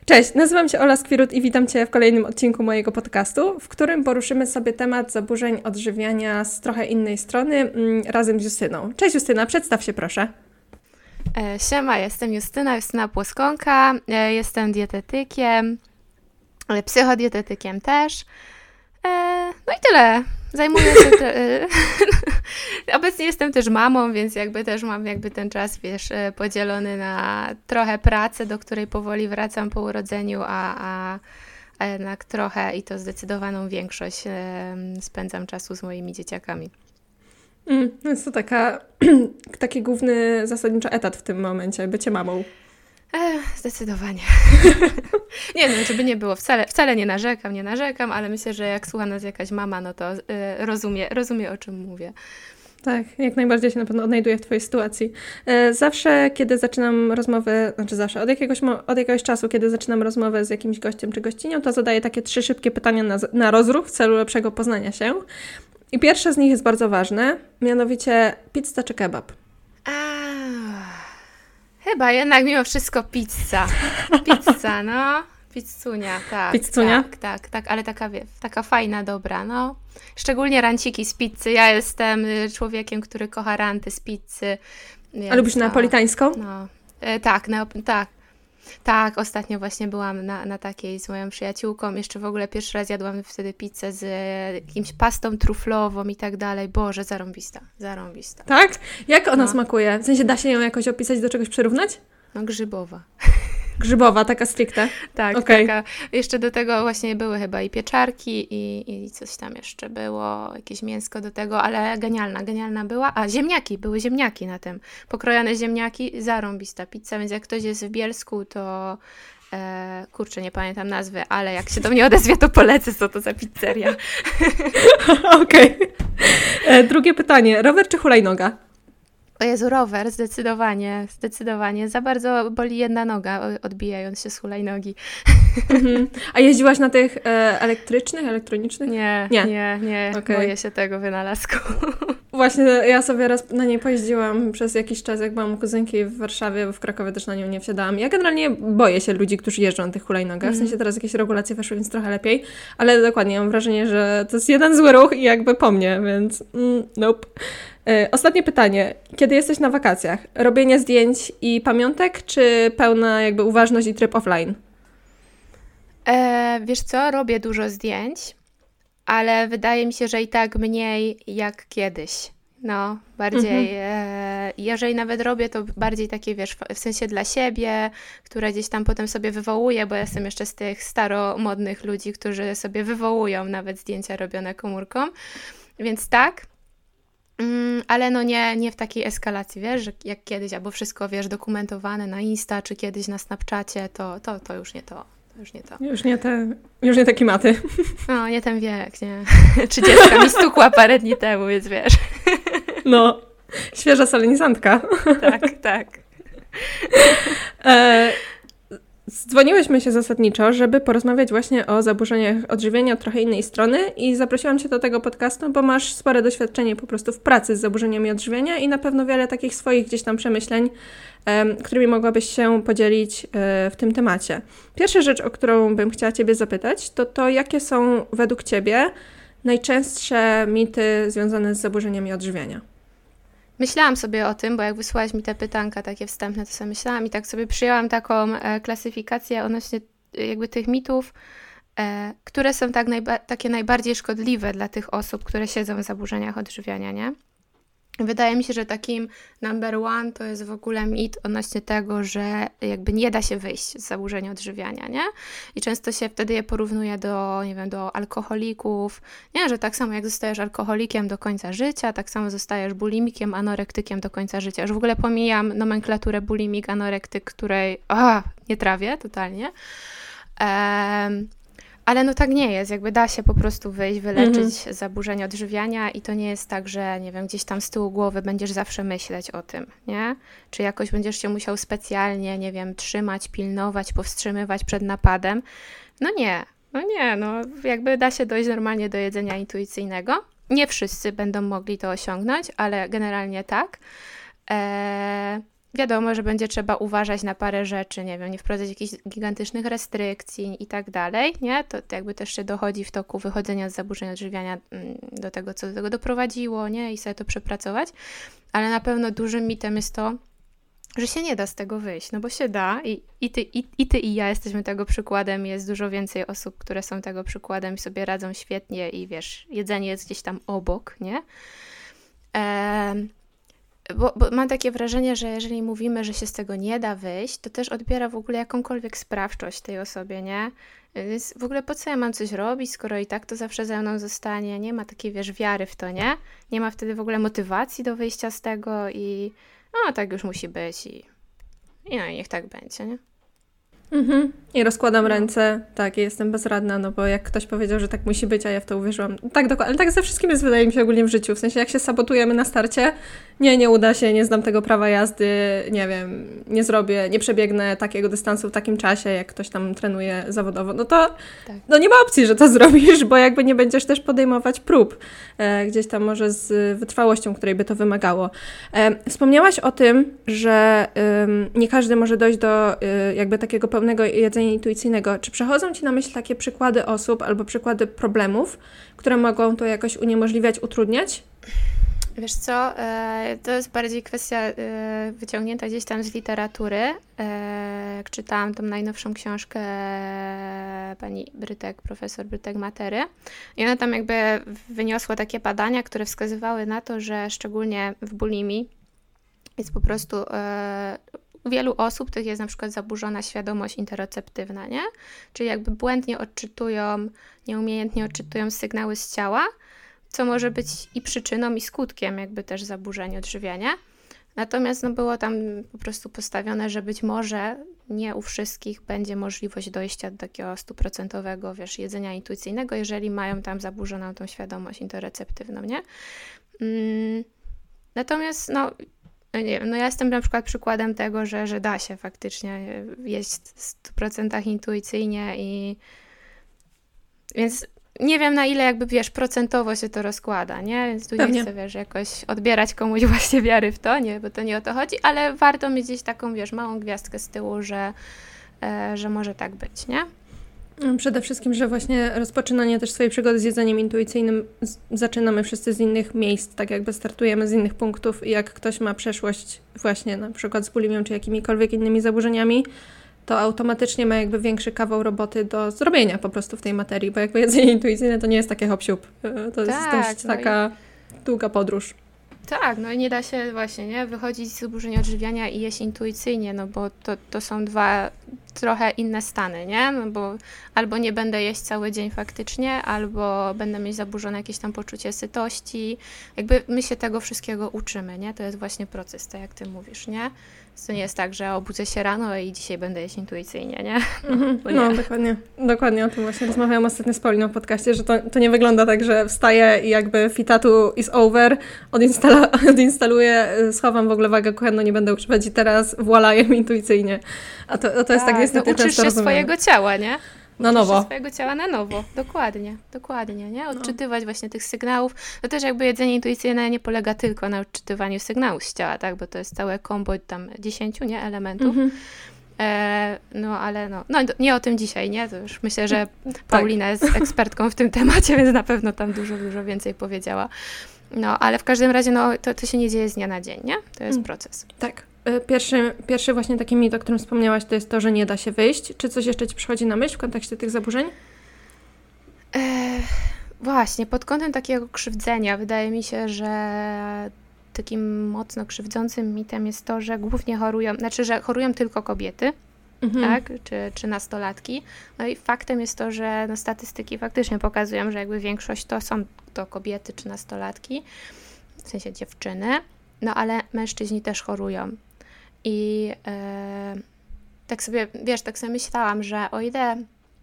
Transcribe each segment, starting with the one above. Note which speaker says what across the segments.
Speaker 1: Cześć, nazywam się Ola Skwirut i witam Cię w kolejnym odcinku mojego podcastu, w którym poruszymy sobie temat zaburzeń odżywiania z trochę innej strony razem z Justyną. Cześć Justyna, przedstaw się proszę.
Speaker 2: Siema, jestem Justyna Płoskonka, jestem dietetykiem, psychodietetykiem też. No i tyle. Zajmuję się... Obecnie jestem też mamą, więc też mam ten czas, podzielony na trochę pracę, do której powoli wracam po urodzeniu, a jednak trochę i to zdecydowaną większość spędzam czasu z moimi dzieciakami.
Speaker 1: Jest to taki główny zasadniczo etat w tym momencie, bycie mamą.
Speaker 2: Zdecydowanie. Nie no, żeby nie było, wcale nie narzekam, ale myślę, że jak słucha nas jakaś mama, no to rozumie o czym mówię.
Speaker 1: Tak, jak najbardziej się na pewno odnajduję w Twojej sytuacji. Zawsze, kiedy zaczynam rozmowę, od jakiegoś czasu, kiedy zaczynam rozmowę z jakimś gościem czy gościnią, to zadaję takie 3 szybkie pytania na rozruch w celu lepszego poznania się. I pierwsze z nich jest bardzo ważne, mianowicie pizza czy kebab?
Speaker 2: Chyba jednak mimo wszystko pizza. Pizza, no. Pizzunia, tak.
Speaker 1: Pizzunia?
Speaker 2: Tak, ale taka fajna, dobra, no. Szczególnie ranciki z pizzy. Ja jestem człowiekiem, który kocha ranty z pizzy.
Speaker 1: A lubisz neapolitańską?
Speaker 2: No. Tak, ostatnio właśnie byłam na takiej z moją przyjaciółką. Jeszcze w ogóle pierwszy raz jadłam wtedy pizzę z jakimś pastą truflową i tak dalej. Boże, zarąbista.
Speaker 1: Tak? Jak ona smakuje? W sensie da się ją jakoś opisać, do czegoś przyrównać?
Speaker 2: No grzybowa.
Speaker 1: Grzybowa, taka stricte?
Speaker 2: Tak,
Speaker 1: okay.
Speaker 2: Taka. Jeszcze do tego właśnie były chyba i pieczarki i coś tam jeszcze było, jakieś mięsko do tego, ale genialna była. A były ziemniaki na tym. Pokrojone ziemniaki, zarąbista pizza, więc jak ktoś jest w Bielsku, to kurczę, nie pamiętam nazwy, ale jak się do mnie odezwie, to polecę, co to za pizzeria.
Speaker 1: Okej. Drugie pytanie, rower czy hulajnoga?
Speaker 2: O Jezu, rower, zdecydowanie. Za bardzo boli jedna noga, odbijając się z hulajnogi.
Speaker 1: A jeździłaś na tych elektronicznych?
Speaker 2: Nie. Okay. Boję się tego wynalazku.
Speaker 1: Właśnie ja sobie raz na niej pojeździłam przez jakiś czas, jak byłam u kuzynki w Warszawie, bo w Krakowie też na nią nie wsiadałam. Ja generalnie boję się ludzi, którzy jeżdżą na tych hulajnogach. W sensie teraz jakieś regulacje weszły, więc trochę lepiej. Ale dokładnie, mam wrażenie, że to jest jeden zły ruch i jakby po mnie, więc nope. Ostatnie pytanie. Kiedy jesteś na wakacjach? Robienie zdjęć i pamiątek, czy pełna jakby uważność i tryb offline?
Speaker 2: Wiesz co? Robię dużo zdjęć, ale wydaje mi się, że i tak mniej jak kiedyś. No, bardziej, jeżeli nawet robię, to bardziej takie, w sensie dla siebie, które gdzieś tam potem sobie wywołuję, bo ja jestem jeszcze z tych staromodnych ludzi, którzy sobie wywołują nawet zdjęcia robione komórką, więc tak. Ale no nie w takiej eskalacji, że jak kiedyś, albo wszystko, dokumentowane na Insta, czy kiedyś na Snapchacie, to już nie to.
Speaker 1: Już nie te klimaty.
Speaker 2: No, nie ten wiek, nie. 30 mi stukła parę dni temu, więc wiesz.
Speaker 1: No, świeża solenizantka.
Speaker 2: Tak.
Speaker 1: Dzwoniłyśmy się zasadniczo, żeby porozmawiać właśnie o zaburzeniach odżywiania od trochę innej strony i zaprosiłam Cię do tego podcastu, bo masz spore doświadczenie po prostu w pracy z zaburzeniami odżywiania i na pewno wiele takich swoich gdzieś tam przemyśleń, którymi mogłabyś się podzielić w tym temacie. Pierwsza rzecz, o którą bym chciała Ciebie zapytać, to jakie są według Ciebie najczęstsze mity związane z zaburzeniami odżywiania?
Speaker 2: Myślałam sobie o tym, bo jak wysłałaś mi te pytanka takie wstępne, to sobie myślałam i tak sobie przyjęłam taką klasyfikację odnośnie jakby tych mitów, które są takie najbardziej szkodliwe dla tych osób, które siedzą w zaburzeniach odżywiania, nie? Wydaje mi się, że takim number one to jest w ogóle mit odnośnie tego, że jakby nie da się wyjść z zaburzenia odżywiania, nie? I często się wtedy je porównuje do alkoholików, nie? Że tak samo jak zostajesz alkoholikiem do końca życia, tak samo zostajesz bulimikiem, anorektykiem do końca życia. Już w ogóle pomijam nomenklaturę bulimik, anorektyk, której nie trawię totalnie. Ale no tak nie jest, jakby da się po prostu wyjść, wyleczyć zaburzenia odżywiania i to nie jest tak, że nie wiem, gdzieś tam z tyłu głowy będziesz zawsze myśleć o tym, nie? Czy jakoś będziesz się musiał specjalnie, nie wiem, trzymać, pilnować, powstrzymywać przed napadem. No jakby da się dojść normalnie do jedzenia intuicyjnego. Nie wszyscy będą mogli to osiągnąć, ale generalnie tak. wiadomo, że będzie trzeba uważać na parę rzeczy, nie wiem, nie wprowadzać jakichś gigantycznych restrykcji i tak dalej, nie? To jakby też się dochodzi w toku wychodzenia z zaburzeń odżywiania do tego, co do tego doprowadziło, nie? I sobie to przepracować. Ale na pewno dużym mitem jest to, że się nie da z tego wyjść, no bo się da i ty i ja jesteśmy tego przykładem, jest dużo więcej osób, które są tego przykładem i sobie radzą świetnie i wiesz, jedzenie jest gdzieś tam obok, nie? Bo mam takie wrażenie, że jeżeli mówimy, że się z tego nie da wyjść, to też odbiera w ogóle jakąkolwiek sprawczość tej osobie, nie? Więc w ogóle po co ja mam coś robić, skoro i tak to zawsze ze mną zostanie, nie ma takiej, wiesz, wiary w to, nie? Nie ma wtedy w ogóle motywacji do wyjścia z tego i tak już musi być i no i niech tak będzie, nie?
Speaker 1: I rozkładam ręce, tak, i jestem bezradna, no bo jak ktoś powiedział, że tak musi być, a ja w to uwierzyłam. Tak, dokładnie, ale tak ze wszystkim jest, wydaje mi się, ogólnie w życiu. W sensie, jak się sabotujemy na starcie, nie uda się, nie znam tego prawa jazdy, nie wiem, nie zrobię, nie przebiegnę takiego dystansu w takim czasie, jak ktoś tam trenuje zawodowo, no to no nie ma opcji, że to zrobisz, bo jakby nie będziesz też podejmować prób gdzieś tam może z wytrwałością, której by to wymagało. Wspomniałaś o tym, że nie każdy może dojść do jakby takiego pełnego jedzenia intuicyjnego. Czy przechodzą Ci na myśl takie przykłady osób albo przykłady problemów, które mogą to jakoś uniemożliwiać, utrudniać?
Speaker 2: Wiesz co, to jest bardziej kwestia wyciągnięta gdzieś tam z literatury. Jak czytałam tą najnowszą książkę pani Brytek, profesor Brytek Matery i ona tam jakby wyniosła takie badania, które wskazywały na to, że szczególnie w bulimii jest po prostu u wielu osób tych jest na przykład zaburzona świadomość interoceptywna, nie? Czyli jakby błędnie odczytują, nieumiejętnie odczytują sygnały z ciała, co może być i przyczyną, i skutkiem jakby też zaburzeń odżywiania. Natomiast no, było tam po prostu postawione, że być może nie u wszystkich będzie możliwość dojścia do takiego 100%, wiesz, jedzenia intuicyjnego, jeżeli mają tam zaburzoną tą świadomość interoceptywną, nie? Natomiast no nie wiem, no ja jestem na przykład przykładem tego, że da się faktycznie jeść w 100% intuicyjnie i więc nie wiem na ile jakby, wiesz, procentowo się to rozkłada, nie? Więc tu nie chcę, wiesz, jakoś odbierać komuś właśnie wiary w to, nie? Bo to nie o to chodzi, ale warto mieć gdzieś taką, wiesz, małą gwiazdkę z tyłu, że może tak być, nie?
Speaker 1: Przede wszystkim, że właśnie rozpoczynanie też swojej przygody z jedzeniem intuicyjnym zaczynamy wszyscy z innych miejsc, tak jakby startujemy z innych punktów i jak ktoś ma przeszłość właśnie na przykład z bulimią czy jakimikolwiek innymi zaburzeniami, to automatycznie ma jakby większy kawał roboty do zrobienia po prostu w tej materii, bo jakby jedzenie intuicyjne to nie jest takie hop-siup. To jest dość taka długa podróż.
Speaker 2: Tak, no i nie da się właśnie, nie, wychodzić z zaburzeń odżywiania i jeść intuicyjnie, no bo to są dwa trochę inne stany, nie? No bo albo nie będę jeść cały dzień faktycznie, albo będę mieć zaburzone jakieś tam poczucie sytości. Jakby my się tego wszystkiego uczymy, nie? To jest właśnie proces, tak jak ty mówisz, nie? To nie jest tak, że obudzę się rano i dzisiaj będę jeść intuicyjnie, nie?
Speaker 1: No dokładnie o tym właśnie rozmawiałam ostatnio z Poliną w podcaście, że to nie wygląda tak, że wstaję i jakby fitatu is over, odinstaluję, schowam w ogóle wagę kuchenną, nie będę używać i teraz voila, jem intuicyjnie. A to jest tak niestety
Speaker 2: uczysz się swojego ciała, nie?
Speaker 1: Na nowo.
Speaker 2: Swojego ciała na nowo. Dokładnie, nie? Odczytywać właśnie tych sygnałów. To też jakby jedzenie intuicyjne nie polega tylko na odczytywaniu sygnałów z ciała, tak? Bo to jest całe kombo tam 10, nie? Elementów. Ale nie o tym dzisiaj, nie? To już myślę, że Paulina jest ekspertką w tym temacie, więc na pewno tam dużo więcej powiedziała. No, ale w każdym razie, no, to się nie dzieje z dnia na dzień, nie? To jest proces.
Speaker 1: Tak. Pierwszy właśnie taki mit, o którym wspomniałaś, to jest to, że nie da się wyjść. Czy coś jeszcze Ci przychodzi na myśl w kontekście tych zaburzeń?
Speaker 2: Właśnie, pod kątem takiego krzywdzenia wydaje mi się, że takim mocno krzywdzącym mitem jest to, że głównie że chorują tylko kobiety, tak? Czy nastolatki. No i faktem jest to, że no, statystyki faktycznie pokazują, że jakby większość to są kobiety czy nastolatki, w sensie dziewczyny, no ale mężczyźni też chorują. I tak sobie myślałam, że o ile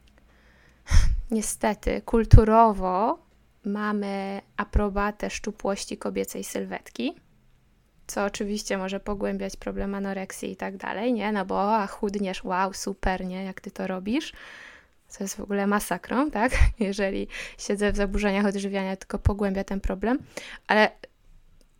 Speaker 2: niestety kulturowo mamy aprobatę szczupłości kobiecej sylwetki, co oczywiście może pogłębiać problem anoreksji i tak dalej, nie? No bo chudniesz, wow, super, nie? Jak ty to robisz? Co jest w ogóle masakrą, tak? Jeżeli siedzę w zaburzeniach odżywiania, tylko pogłębia ten problem. Ale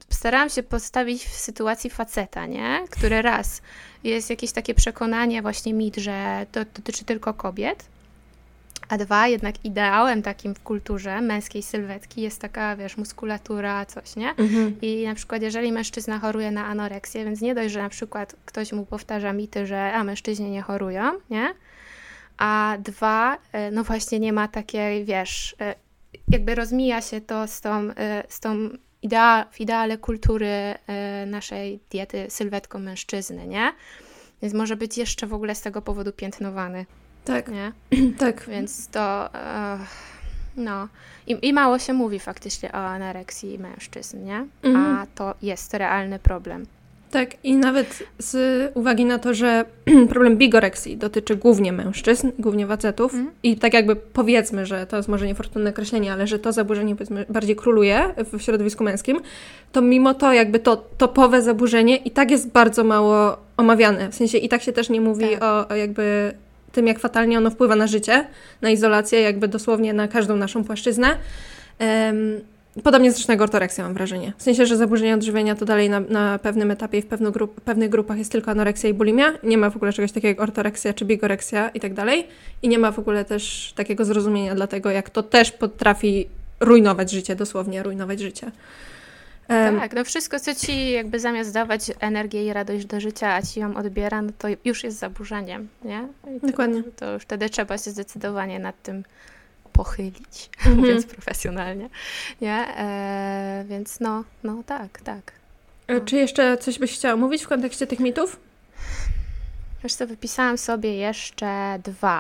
Speaker 2: starałam się postawić w sytuacji faceta, nie? Który raz jest jakieś takie przekonanie, właśnie mit, że to dotyczy tylko kobiet, a dwa, jednak ideałem takim w kulturze męskiej sylwetki jest taka, wiesz, muskulatura, coś, nie? I na przykład jeżeli mężczyzna choruje na anoreksję, więc nie dość, że na przykład ktoś mu powtarza mity, że mężczyźni nie chorują, nie? A dwa, no właśnie nie ma takiej, wiesz, jakby rozmija się to z tą w ideale kultury naszej diety sylwetką mężczyzny, nie? Więc może być jeszcze w ogóle z tego powodu piętnowany.
Speaker 1: Tak.
Speaker 2: Nie?
Speaker 1: Tak.
Speaker 2: Więc to no. I mało się mówi faktycznie o anoreksji mężczyzn, nie? A to jest realny problem.
Speaker 1: Tak, i nawet z uwagi na to, że problem bigoreksji dotyczy głównie mężczyzn, głównie facetów i tak jakby powiedzmy, że to jest może niefortunne określenie, ale że to zaburzenie powiedzmy bardziej króluje w środowisku męskim, to mimo to jakby to topowe zaburzenie i tak jest bardzo mało omawiane. W sensie i tak się też nie mówi o jakby tym, jak fatalnie ono wpływa na życie, na izolację, jakby dosłownie na każdą naszą płaszczyznę. Podobnie zresztą jak ortoreksja, mam wrażenie. W sensie, że zaburzenia odżywiania to dalej na pewnym etapie i w pewnych grupach jest tylko anoreksja i bulimia. Nie ma w ogóle czegoś takiego jak ortoreksja czy bigoreksja i tak dalej. I nie ma w ogóle też takiego zrozumienia dla tego, jak to też potrafi rujnować życie, dosłownie rujnować życie.
Speaker 2: Tak, no wszystko, co ci jakby zamiast dawać energię i radość do życia, a ci ją odbiera, no to już jest zaburzeniem, nie?
Speaker 1: Dokładnie.
Speaker 2: To już wtedy trzeba się zdecydowanie nad tym pochylić, mówiąc profesjonalnie, nie? Więc no tak. No.
Speaker 1: Czy jeszcze coś byś chciała mówić w kontekście tych mitów?
Speaker 2: Wiesz co, wypisałam sobie jeszcze 2.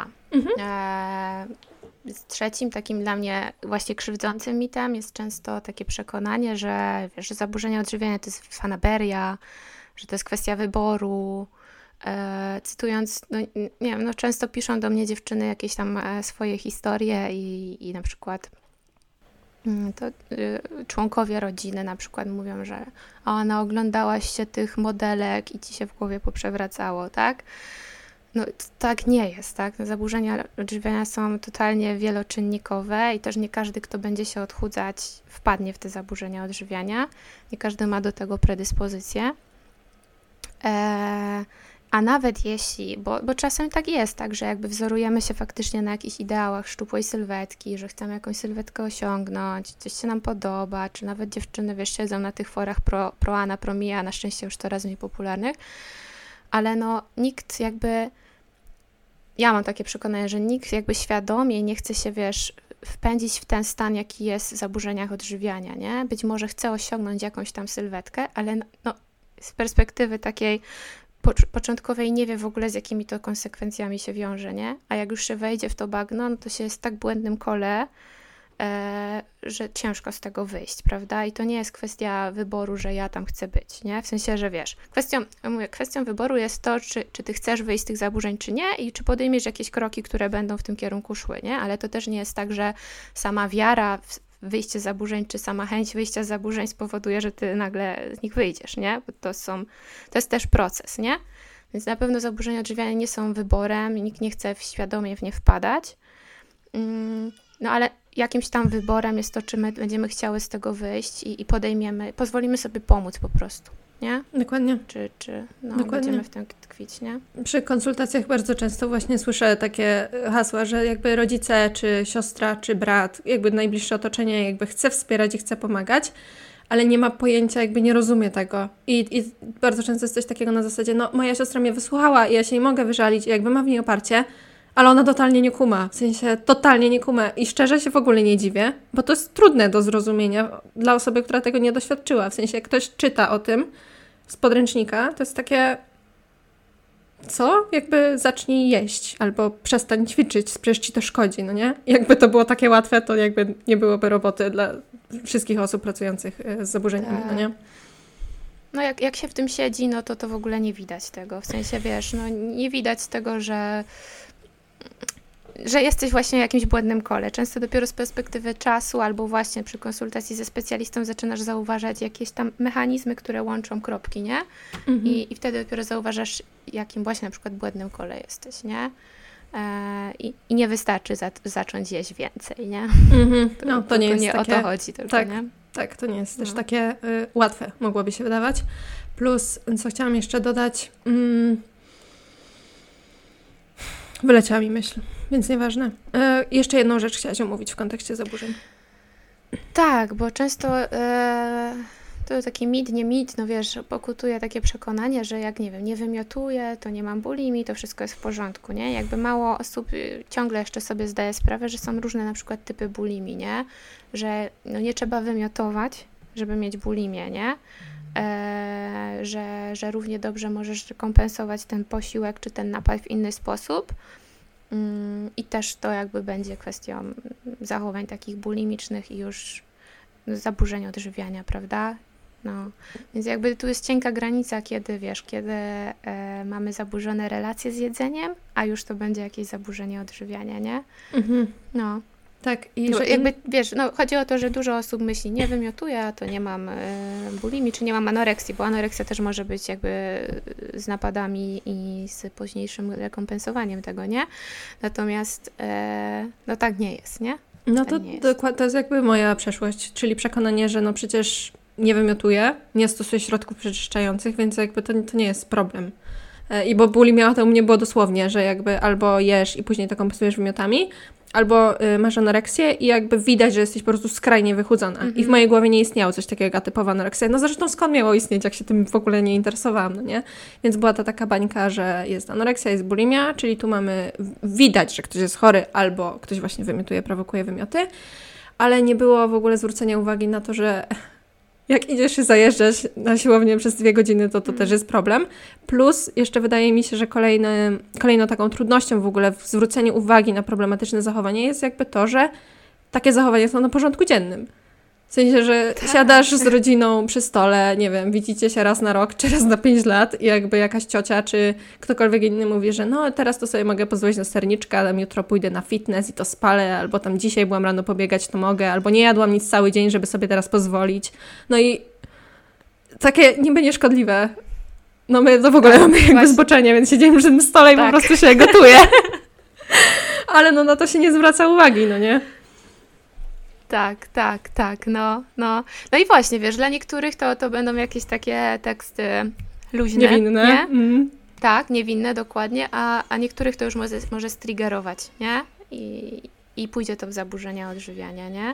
Speaker 2: Trzecim takim dla mnie właśnie krzywdzącym mitem jest często takie przekonanie, że wiesz, że zaburzenia odżywiania to jest fanaberia, że to jest kwestia wyboru. Cytując, no, nie wiem, no często piszą do mnie dziewczyny jakieś tam swoje historie i na przykład członkowie rodziny na przykład mówią, że oglądałaś się tych modelek i ci się w głowie poprzewracało, tak? No tak nie jest, tak? Zaburzenia odżywiania są totalnie wieloczynnikowe i też nie każdy, kto będzie się odchudzać, wpadnie w te zaburzenia odżywiania. Nie każdy ma do tego predyspozycję. A nawet jeśli, bo czasem tak jest, tak, że jakby wzorujemy się faktycznie na jakichś ideałach szczupłej sylwetki, że chcemy jakąś sylwetkę osiągnąć, coś się nam podoba, czy nawet dziewczyny, wiesz, siedzą na tych forach pro-ana, pro-mia, na szczęście już coraz mniej popularnych, ale no nikt jakby, ja mam takie przekonanie, że nikt jakby świadomie nie chce się, wiesz, wpędzić w ten stan, jaki jest w zaburzeniach odżywiania, nie? Być może chce osiągnąć jakąś tam sylwetkę, ale no z perspektywy takiej początkowej nie wie w ogóle, z jakimi to konsekwencjami się wiąże, nie? A jak już się wejdzie w to bagno, no to się jest w tak błędnym kole, że ciężko z tego wyjść, prawda? I to nie jest kwestia wyboru, że ja tam chcę być, nie? W sensie, że wiesz, kwestią wyboru jest to, czy ty chcesz wyjść z tych zaburzeń, czy nie i czy podejmiesz jakieś kroki, które będą w tym kierunku szły, nie? Ale to też nie jest tak, że sama wiara w wyjście z zaburzeń, czy sama chęć wyjścia z zaburzeń spowoduje, że ty nagle z nich wyjdziesz, nie? Bo to jest też proces, nie? Więc na pewno zaburzenia odżywiania nie są wyborem i nikt nie chce świadomie w nie wpadać. No ale jakimś tam wyborem jest to, czy my będziemy chciały z tego wyjść i pozwolimy sobie pomóc po prostu, nie?
Speaker 1: Dokładnie.
Speaker 2: Czy
Speaker 1: Dokładnie.
Speaker 2: Będziemy w tym tkwić, nie?
Speaker 1: Przy konsultacjach bardzo często właśnie słyszę takie hasła, że jakby rodzice, czy siostra, czy brat, jakby najbliższe otoczenie jakby chce wspierać i chce pomagać, ale nie ma pojęcia, jakby nie rozumie tego. I bardzo często jest coś takiego na zasadzie, no moja siostra mnie wysłuchała i ja się jej mogę wyżalić i jakby ma w niej oparcie, ale ona totalnie nie kuma, w sensie totalnie nie kuma i szczerze się w ogóle nie dziwię, bo to jest trudne do zrozumienia dla osoby, która tego nie doświadczyła. W sensie jak ktoś czyta o tym z podręcznika, to jest takie, co? Jakby zacznij jeść albo przestań ćwiczyć, przecież ci to szkodzi, no nie? Jakby to było takie łatwe, to jakby nie byłoby roboty dla wszystkich osób pracujących z zaburzeniami, no nie?
Speaker 2: No jak się w tym siedzi, no to w ogóle nie widać tego, w sensie wiesz, no nie widać tego, że jesteś właśnie w jakimś błędnym kole. Często dopiero z perspektywy czasu albo właśnie przy konsultacji ze specjalistą zaczynasz zauważać jakieś tam mechanizmy, które łączą kropki, nie? I wtedy dopiero zauważasz, jakim właśnie na przykład błędnym kole jesteś, nie? I nie wystarczy zacząć jeść więcej, nie?
Speaker 1: No to nie jest
Speaker 2: nie
Speaker 1: takie...
Speaker 2: o to chodzi tylko,
Speaker 1: tak.
Speaker 2: nie?
Speaker 1: Tak, to nie jest też takie łatwe, mogłoby się wydawać. Plus, co chciałam jeszcze dodać, wyleciała mi myśl, więc nieważne. Jeszcze jedną rzecz chciałaś omówić w kontekście zaburzeń.
Speaker 2: Tak, bo często to taki mit, nie mit, no wiesz, pokutuje takie przekonanie, że jak, nie wiem, nie wymiotuję, to nie mam bulimii, to wszystko jest w porządku, nie? Jakby mało osób ciągle jeszcze sobie zdaje sprawę, że są różne na przykład typy bulimii, nie? Że no nie trzeba wymiotować, żeby mieć bulimię, nie? Że równie dobrze możesz kompensować ten posiłek czy ten napad w inny sposób. I też to jakby będzie kwestią zachowań takich bulimicznych i już zaburzeń odżywiania, prawda? No, więc jakby tu jest cienka granica, kiedy mamy zaburzone relacje z jedzeniem, a już to będzie jakieś zaburzenie odżywiania, nie? No.
Speaker 1: Tak.
Speaker 2: I że jakby, wiesz, no chodzi o to, że dużo osób myśli, nie wymiotuję, a to nie mam bulimii, czy nie mam anoreksji, bo anoreksja też może być jakby z napadami i z późniejszym rekompensowaniem tego, nie? Natomiast no tak nie jest, nie?
Speaker 1: No to dokładnie, to jest jakby moja przeszłość, czyli przekonanie, że no przecież nie wymiotuję, nie stosuję środków przeczyszczających, więc jakby to nie jest problem. Bo bulimia to u mnie było dosłownie, że jakby albo jesz i później to kompensujesz wymiotami, albo masz anoreksję i jakby widać, że jesteś po prostu skrajnie wychudzona. I w mojej głowie nie istniało coś takiego jak typowa anoreksja. No zresztą skąd miało istnieć, jak się tym w ogóle nie interesowałam, no nie? Więc była to taka bańka, że jest anoreksja, jest bulimia, czyli tu mamy widać, że ktoś jest chory albo ktoś właśnie wymiotuje, prowokuje wymioty, ale nie było w ogóle zwrócenia uwagi na to, że jak idziesz się zajeżdżać na siłownię przez 2 godziny, to też jest problem. Plus jeszcze wydaje mi się, że kolejną taką trudnością w ogóle w zwróceniu uwagi na problematyczne zachowanie jest jakby to, że takie zachowania są na porządku dziennym. W sensie, że siadasz z rodziną przy stole, nie wiem, widzicie się raz na rok czy raz na 5 lat i jakby jakaś ciocia czy ktokolwiek inny mówi, że no teraz to sobie mogę pozwolić na serniczka, tam jutro pójdę na fitness i to spalę, albo tam dzisiaj byłam rano pobiegać, to mogę, albo nie jadłam nic cały dzień, żeby sobie teraz pozwolić. No i takie niby nieszkodliwe. No my to w ogóle mamy jakby zboczenie, więc siedzimy przy tym stole i po prostu się gotuje. Ale no na to się nie zwraca uwagi, no nie?
Speaker 2: Tak, no. No i właśnie, wiesz, dla niektórych to będą jakieś takie teksty luźne.
Speaker 1: Niewinne.
Speaker 2: Nie? Tak, niewinne, dokładnie, a niektórych to już może striggerować, nie? I pójdzie to w zaburzenia odżywiania, nie?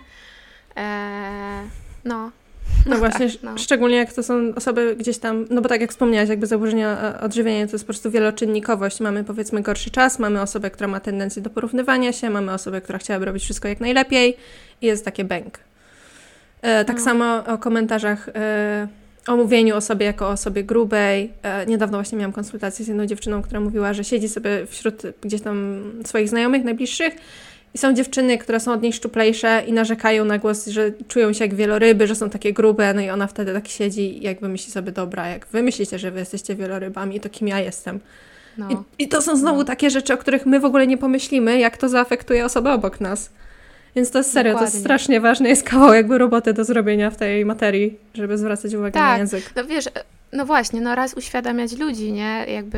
Speaker 1: No właśnie, szczególnie jak to są osoby gdzieś tam, no bo tak jak wspomniałaś, jakby zaburzenia odżywiania to jest po prostu wieloczynnikowość. Mamy powiedzmy gorszy czas, mamy osobę, która ma tendencję do porównywania się, mamy osobę, która chciałaby robić wszystko jak najlepiej i jest takie bęk. Tak samo o komentarzach, o mówieniu o sobie jako o osobie grubej. Niedawno właśnie miałam konsultację z jedną dziewczyną, która mówiła, że siedzi sobie wśród gdzieś tam swoich znajomych najbliższych i są dziewczyny, które są od niej szczuplejsze i narzekają na głos, że czują się jak wieloryby, że są takie grube, no i ona wtedy tak siedzi i jakby myśli sobie, dobra, jak wy myślicie, że wy jesteście wielorybami, to kim ja jestem? No. I to są znowu takie rzeczy, o których my w ogóle nie pomyślimy, jak to zaafektuje osobę obok nas. Więc to jest serio, dokładnie. To jest strasznie ważne, jest kawał jakby roboty do zrobienia w tej materii, żeby zwracać uwagę na język.
Speaker 2: No wiesz, no właśnie, no raz uświadamiać ludzi, nie? Jakby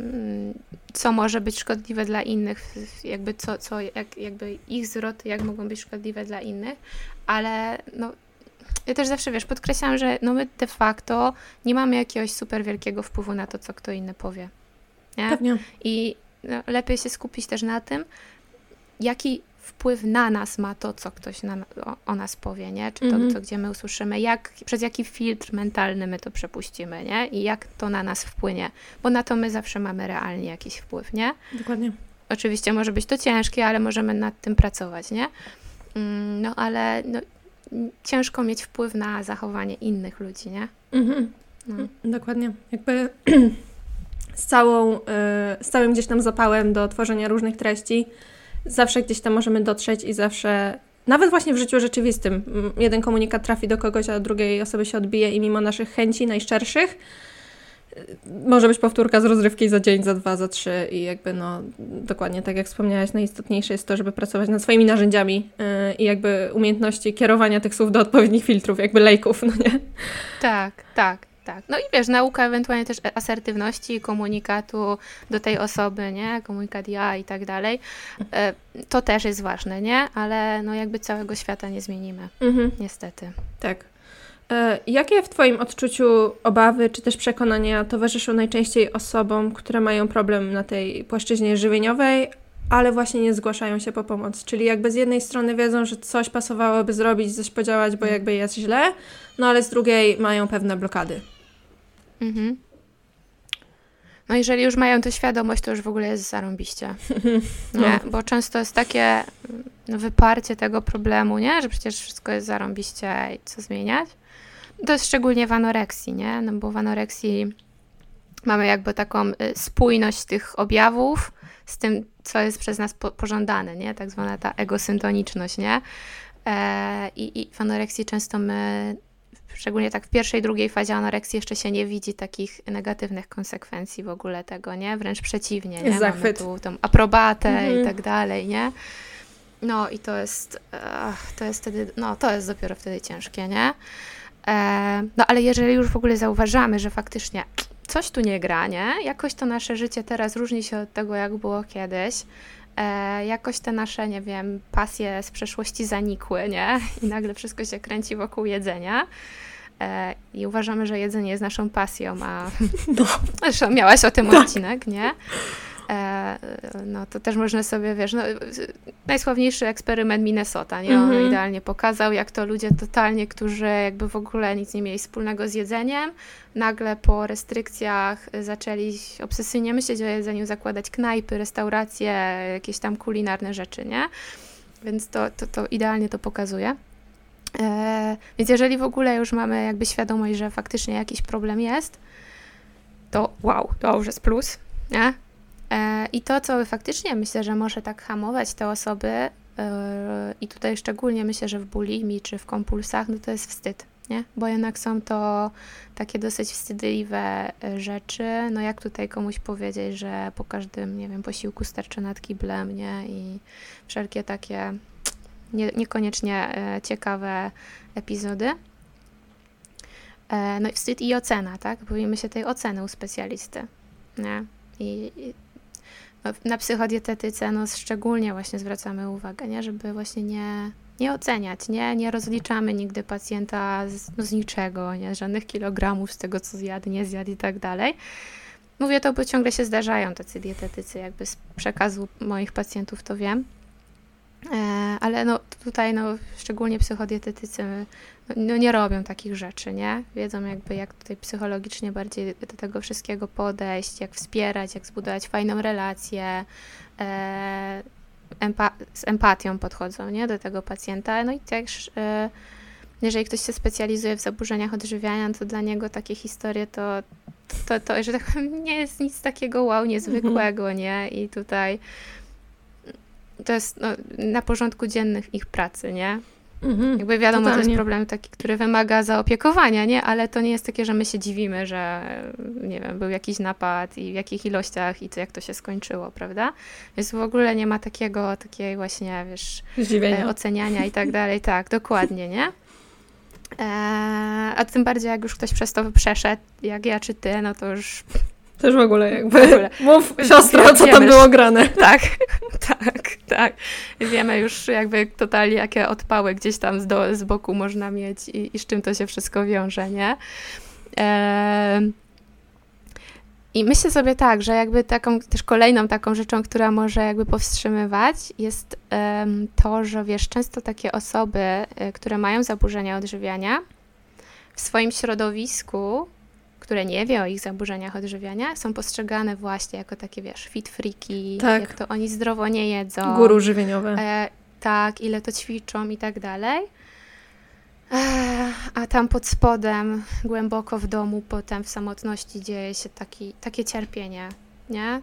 Speaker 2: co może być szkodliwe dla innych, jakby jakby ich zwroty, jak mogą być szkodliwe dla innych, ale no ja też zawsze, wiesz, podkreślam, że no my de facto nie mamy jakiegoś super wielkiego wpływu na to, co kto inny powie, nie?
Speaker 1: Pewnie.
Speaker 2: I lepiej się skupić też na tym, jaki wpływ na nas ma to, co ktoś o nas powie, nie? Czy to, gdzie my usłyszymy, przez jaki filtr mentalny my to przepuścimy, nie? I jak to na nas wpłynie. Bo na to my zawsze mamy realnie jakiś wpływ, nie?
Speaker 1: Dokładnie.
Speaker 2: Oczywiście może być to ciężkie, ale możemy nad tym pracować, nie? No ale ciężko mieć wpływ na zachowanie innych ludzi, nie?
Speaker 1: Dokładnie. Jakby z całym gdzieś tam zapałem do tworzenia różnych treści zawsze gdzieś tam możemy dotrzeć i zawsze, nawet właśnie w życiu rzeczywistym, jeden komunikat trafi do kogoś, a drugiej osoby się odbije i mimo naszych chęci najszczerszych może być powtórka z rozrywki za dzień, za 2, za 3 i jakby dokładnie tak jak wspomniałaś, najistotniejsze jest to, żeby pracować nad swoimi narzędziami i jakby umiejętności kierowania tych słów do odpowiednich filtrów, jakby lejków, no nie?
Speaker 2: Tak. No i wiesz, nauka ewentualnie też asertywności, komunikatu do tej osoby, nie? Komunikat ja i tak dalej. To też jest ważne, nie? Ale jakby całego świata nie zmienimy. Niestety.
Speaker 1: Tak. Jakie w Twoim odczuciu obawy czy też przekonania towarzyszą najczęściej osobom, które mają problem na tej płaszczyźnie żywieniowej, ale właśnie nie zgłaszają się po pomoc? Czyli jakby z jednej strony wiedzą, że coś pasowałoby zrobić, coś podziałać, bo jakby jest źle, no ale z drugiej mają pewne blokady.
Speaker 2: No jeżeli już mają tę świadomość, to już w ogóle jest zarąbiście. Nie? Bo często jest takie wyparcie tego problemu, nie? Że przecież wszystko jest zarąbiście i co zmieniać. To jest szczególnie w anoreksji, nie? No bo w anoreksji mamy jakby taką spójność tych objawów z tym, co jest przez nas pożądane, nie? Tak zwana ta egosyntoniczność, nie? I w anoreksji często my, szczególnie tak w pierwszej, drugiej fazie anoreksji jeszcze się nie widzi takich negatywnych konsekwencji w ogóle tego, nie? Wręcz przeciwnie, nie? Mamy tu tą aprobatę i tak dalej, nie? No i to jest wtedy, to jest dopiero wtedy ciężkie, nie? No ale jeżeli już w ogóle zauważamy, że faktycznie coś tu nie gra, nie? Jakoś to nasze życie teraz różni się od tego, jak było kiedyś. Jakoś te nasze, nie wiem, pasje z przeszłości zanikły, nie? I nagle wszystko się kręci wokół jedzenia. I uważamy, że jedzenie jest naszą pasją, a zresztą miałaś o tym odcinek, nie? No to też można sobie, wiesz, najsławniejszy eksperyment Minnesota, nie? On idealnie pokazał, jak to ludzie totalnie, którzy jakby w ogóle nic nie mieli wspólnego z jedzeniem, nagle po restrykcjach zaczęli obsesyjnie myśleć o jedzeniu, zakładać knajpy, restauracje, jakieś tam kulinarne rzeczy, nie? Więc to idealnie to pokazuje. Więc jeżeli w ogóle już mamy jakby świadomość, że faktycznie jakiś problem jest, to wow, to już jest plus, nie? I to, co faktycznie myślę, że może tak hamować te osoby, i tutaj szczególnie myślę, że w bulimii czy w kompulsach, no to jest wstyd, nie? Bo jednak są to takie dosyć wstydliwe rzeczy, no jak tutaj komuś powiedzieć, że po każdym, nie wiem, posiłku sterczę nad kiblem, nie? I wszelkie takie niekoniecznie ciekawe epizody. No i wstyd i ocena, tak? Boimy się tej oceny u specjalisty, nie? I na psychodietetyce szczególnie właśnie zwracamy uwagę, nie? Żeby właśnie nie oceniać, nie rozliczamy nigdy pacjenta z niczego, nie? Żadnych kilogramów z tego, co zjadł, nie zjadł i tak dalej. Mówię to, bo ciągle się zdarzają tacy dietetycy, jakby z przekazu moich pacjentów to wiem. Ale tutaj szczególnie psychodietetycy nie robią takich rzeczy, nie? Wiedzą jakby jak tutaj psychologicznie bardziej do tego wszystkiego podejść, jak wspierać, jak zbudować fajną relację, z empatią podchodzą, nie? Do tego pacjenta. No i też jeżeli ktoś się specjalizuje w zaburzeniach odżywiania, to dla niego takie historie to że tak powiem, nie jest nic takiego wow, niezwykłego, nie? I tutaj to jest na porządku dziennym ich pracy, nie? Jakby wiadomo, totalnie. To jest problem taki, który wymaga zaopiekowania, nie? Ale to nie jest takie, że my się dziwimy, że nie wiem, był jakiś napad i w jakich ilościach i jak to się skończyło, prawda? Więc w ogóle nie ma takiej właśnie, wiesz, oceniania i tak dalej. Tak, dokładnie, nie? A tym bardziej, jak już ktoś przez to przeszedł, jak ja czy ty, no to już...
Speaker 1: Też w ogóle jakby, mów siostro, co tam było grane.
Speaker 2: Tak. Wiemy już jakby totalnie, jakie odpały gdzieś tam z boku można mieć i z czym to się wszystko wiąże, nie? I myślę sobie tak, że jakby też kolejną taką rzeczą, która może jakby powstrzymywać, jest to, że wiesz, często takie osoby, które mają zaburzenia odżywiania, w swoim środowisku, które nie wie o ich zaburzeniach odżywiania, są postrzegane właśnie jako takie, wiesz, fit freaki, tak. Jak to oni zdrowo nie jedzą.
Speaker 1: Guru żywieniowe.
Speaker 2: Tak, ile to ćwiczą i tak dalej. A tam pod spodem, głęboko w domu, potem w samotności dzieje się takie cierpienie, nie?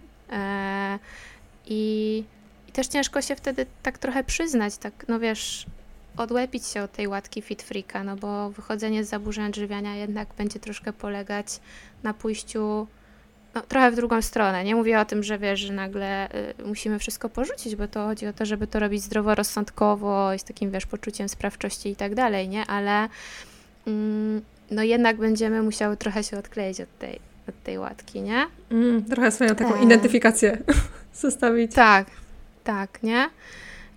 Speaker 2: I też ciężko się wtedy tak trochę przyznać, tak, no wiesz, odlepić się od tej łatki fit freaka, bo wychodzenie z zaburzeń odżywiania jednak będzie troszkę polegać na pójściu trochę w drugą stronę. Nie mówię o tym, że wiesz, że nagle musimy wszystko porzucić, bo to chodzi o to, żeby to robić zdroworozsądkowo i z takim, wiesz, poczuciem sprawczości i tak dalej, nie? Ale jednak będziemy musiały trochę się odkleić od tej łatki, nie?
Speaker 1: Trochę swoją taką identyfikację zostawić.
Speaker 2: Tak, nie?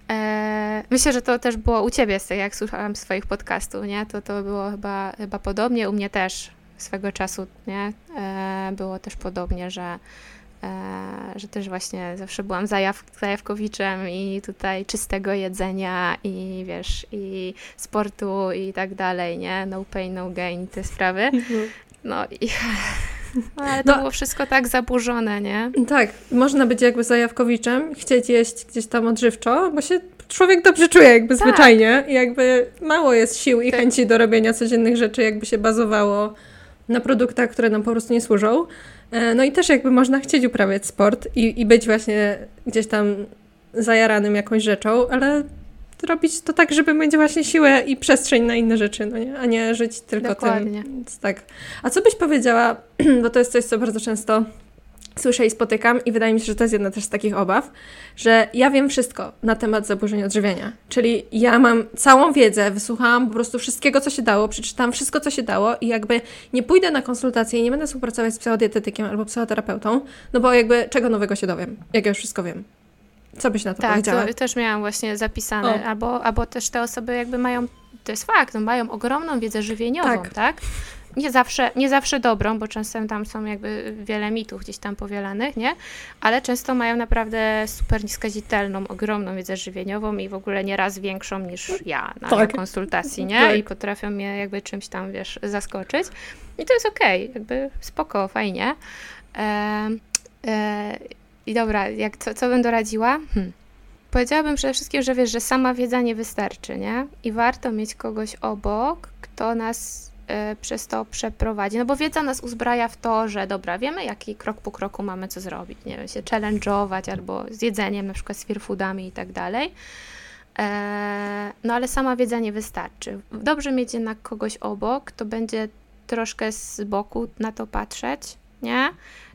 Speaker 2: Myślę, że to też było u ciebie, jak słuchałam swoich podcastów, nie? To było chyba podobnie, u mnie też swego czasu, nie? Było też podobnie, że też właśnie zawsze byłam zajawkowiczem i tutaj czystego jedzenia i wiesz, i sportu i tak dalej, nie? No pain, no gain, te sprawy. No ale to było wszystko tak zaburzone, nie?
Speaker 1: Tak, można być jakby zajawkowiczem, chcieć jeść gdzieś tam odżywczo, bo się człowiek dobrze czuje jakby zwyczajnie i jakby mało jest sił i chęci do robienia codziennych rzeczy, jakby się bazowało na produktach, które nam po prostu nie służą. No i też jakby można chcieć uprawiać sport i być właśnie gdzieś tam zajaranym jakąś rzeczą, ale robić to tak, żeby mieć właśnie siłę i przestrzeń na inne rzeczy, no nie? A nie żyć tylko
Speaker 2: Dokładnie.
Speaker 1: tym. Więc tak. A co byś powiedziała, bo to jest coś, co bardzo często słyszę i spotykam i wydaje mi się, że to jest jedna też z takich obaw, że ja wiem wszystko na temat zaburzeń odżywiania. Czyli ja mam całą wiedzę, wysłuchałam po prostu wszystkiego, co się dało, przeczytałam wszystko, co się dało i jakby nie pójdę na konsultację i nie będę współpracować z psychodietetykiem albo psychoterapeutą, no bo jakby czego nowego się dowiem, jak ja już wszystko wiem. Co byś na to powiedziała?
Speaker 2: Tak, to też miałam właśnie zapisane. Albo też te osoby jakby mają, to jest fakt, no mają ogromną wiedzę żywieniową, tak? Nie zawsze dobrą, bo często tam są jakby wiele mitów gdzieś tam powielanych, nie? Ale często mają naprawdę super nieskazitelną, ogromną wiedzę żywieniową i w ogóle nieraz większą niż ja na konsultacji, nie? Tak. I potrafią mnie jakby czymś tam, wiesz, zaskoczyć. I to jest okej, jakby spoko, fajnie. I dobra, co bym doradziła? Powiedziałabym przede wszystkim, że wiesz, że sama wiedza nie wystarczy, nie? I warto mieć kogoś obok, kto nas przez to przeprowadzi. No bo wiedza nas uzbraja w to, że dobra, wiemy, jaki krok po kroku mamy co zrobić. Nie wiem, się challenge'ować albo z jedzeniem, na przykład z fear foodami i tak dalej. No ale sama wiedza nie wystarczy. Dobrze mieć jednak kogoś obok, kto będzie troszkę z boku na to patrzeć, nie?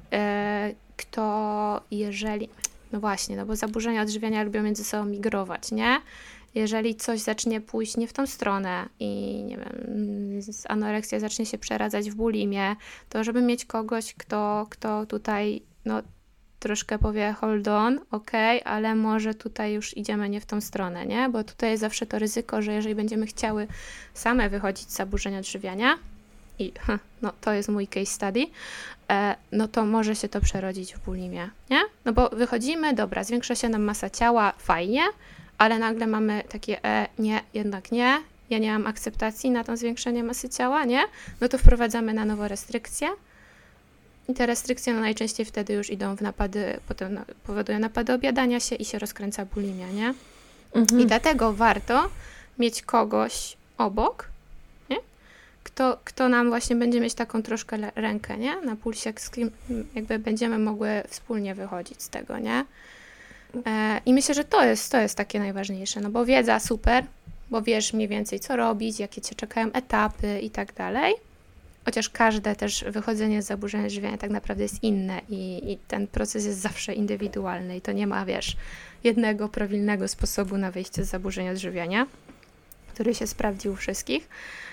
Speaker 2: Kto jeżeli... No właśnie, no bo zaburzenia odżywiania lubią między sobą migrować, nie? Jeżeli coś zacznie pójść nie w tą stronę i nie wiem, anoreksja zacznie się przeradzać w bulimię, to żeby mieć kogoś, kto tutaj no, troszkę powie hold on, ale może tutaj już idziemy nie w tą stronę, nie? Bo tutaj jest zawsze to ryzyko, że jeżeli będziemy chciały same wychodzić z zaburzeń odżywiania i no to jest mój case study, no to może się to przerodzić w bulimię, nie? No bo wychodzimy, dobra, zwiększa się nam masa ciała, fajnie, ale nagle mamy takie, nie, jednak nie, ja nie mam akceptacji na to zwiększenie masy ciała, nie? No to wprowadzamy na nowo restrykcje i te restrykcje no najczęściej wtedy już idą w napady, potem powodują napady objadania się i się rozkręca bulimia, nie? I dlatego warto mieć kogoś obok, nie? Kto nam właśnie będzie mieć taką troszkę rękę, nie? Na pulsie, z kim jakby będziemy mogły wspólnie wychodzić z tego, nie? I myślę, że to jest takie najważniejsze, no bo wiedza super, bo wiesz mniej więcej co robić, jakie cię czekają etapy i tak dalej, chociaż każde też wychodzenie z zaburzenia odżywiania tak naprawdę jest inne i ten proces jest zawsze indywidualny i to nie ma, wiesz, jednego prawilnego sposobu na wyjście z zaburzenia odżywiania, który się sprawdzi u wszystkich.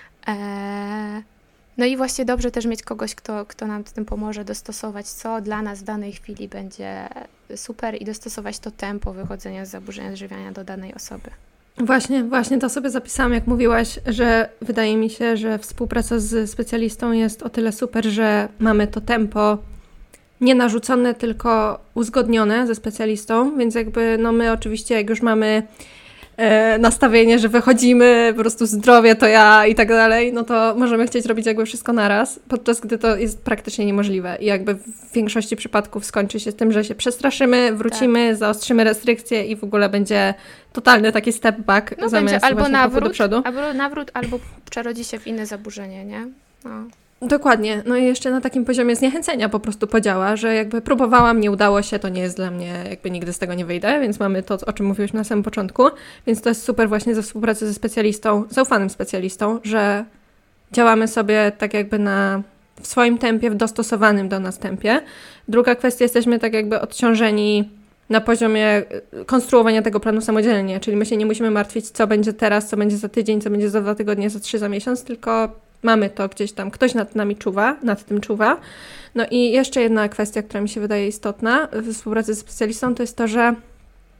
Speaker 2: No i właśnie dobrze też mieć kogoś, kto nam w tym pomoże dostosować, co dla nas w danej chwili będzie super i dostosować to tempo wychodzenia z zaburzenia odżywiania do danej osoby.
Speaker 1: Właśnie to sobie zapisałam, jak mówiłaś, że wydaje mi się, że współpraca z specjalistą jest o tyle super, że mamy to tempo nie narzucone, tylko uzgodnione ze specjalistą, więc jakby no my oczywiście jak już mamy nastawienie, że wychodzimy, po prostu zdrowie to ja i tak dalej, no to możemy chcieć robić jakby wszystko naraz, podczas gdy to jest praktycznie niemożliwe i jakby w większości przypadków skończy się z tym, że się przestraszymy, wrócimy, zaostrzymy restrykcje i w ogóle będzie totalny taki step back
Speaker 2: no
Speaker 1: zamiast
Speaker 2: będzie albo
Speaker 1: nawrót do przodu.
Speaker 2: Albo nawrót, albo przerodzi się w inne zaburzenie, nie? No.
Speaker 1: Dokładnie. No i jeszcze na takim poziomie zniechęcenia po prostu podziała, że jakby próbowałam, nie udało się, to nie jest dla mnie, jakby nigdy z tego nie wyjdę, więc mamy to, o czym mówiłyśmy na samym początku, więc to jest super właśnie ze współpracy ze specjalistą, zaufanym specjalistą, że działamy sobie tak jakby w swoim tempie, w dostosowanym do nas tempie. Druga kwestia, jesteśmy tak jakby odciążeni na poziomie konstruowania tego planu samodzielnie, czyli my się nie musimy martwić, co będzie teraz, co będzie za tydzień, co będzie za 2 tygodnie, za 3, za miesiąc, tylko mamy to gdzieś tam, ktoś nad nami czuwa, nad tym czuwa. No i jeszcze jedna kwestia, która mi się wydaje istotna w współpracy z specjalistą, to jest to, że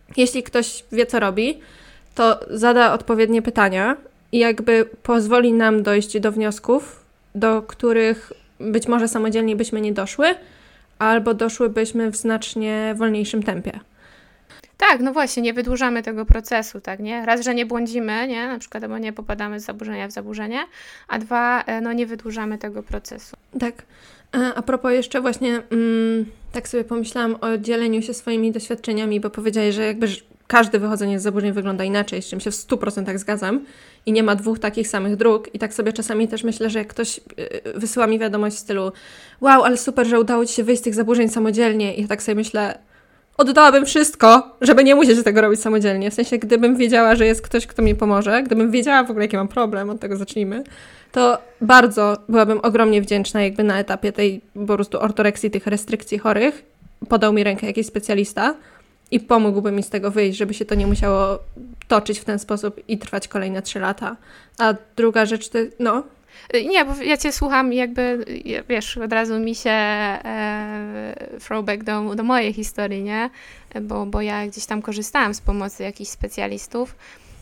Speaker 1: jeśli ktoś wie, co robi, to zada odpowiednie pytania i jakby pozwoli nam dojść do wniosków, do których być może samodzielnie byśmy nie doszły, albo doszłybyśmy w znacznie wolniejszym tempie.
Speaker 2: Tak, no właśnie, nie wydłużamy tego procesu, tak, nie? Raz, że nie błądzimy, nie? Na przykład, bo nie popadamy z zaburzenia w zaburzenie, a dwa, no nie wydłużamy tego procesu.
Speaker 1: Tak. A propos jeszcze właśnie, tak sobie pomyślałam o dzieleniu się swoimi doświadczeniami, bo powiedziałeś, że jakby każde wychodzenie z zaburzeń wygląda inaczej, z czym się w 100% zgadzam i nie ma dwóch takich samych dróg i tak sobie czasami też myślę, że jak ktoś wysyła mi wiadomość w stylu wow, ale super, że udało Ci się wyjść z tych zaburzeń samodzielnie i ja tak sobie myślę, oddałabym wszystko, żeby nie musieć tego robić samodzielnie. W sensie, gdybym wiedziała, że jest ktoś, kto mi pomoże, gdybym wiedziała w ogóle, jaki mam problem, od tego zacznijmy, to bardzo byłabym ogromnie wdzięczna jakby na etapie tej po prostu ortoreksji, tych restrykcji chorych. Podał mi rękę jakiś specjalista i pomógłby mi z tego wyjść, żeby się to nie musiało toczyć w ten sposób i trwać kolejne 3 lata. A druga rzecz to, no...
Speaker 2: Nie, bo ja Cię słucham jakby, wiesz, od razu mi się throwback do mojej historii, nie? Bo ja gdzieś tam korzystałam z pomocy jakichś specjalistów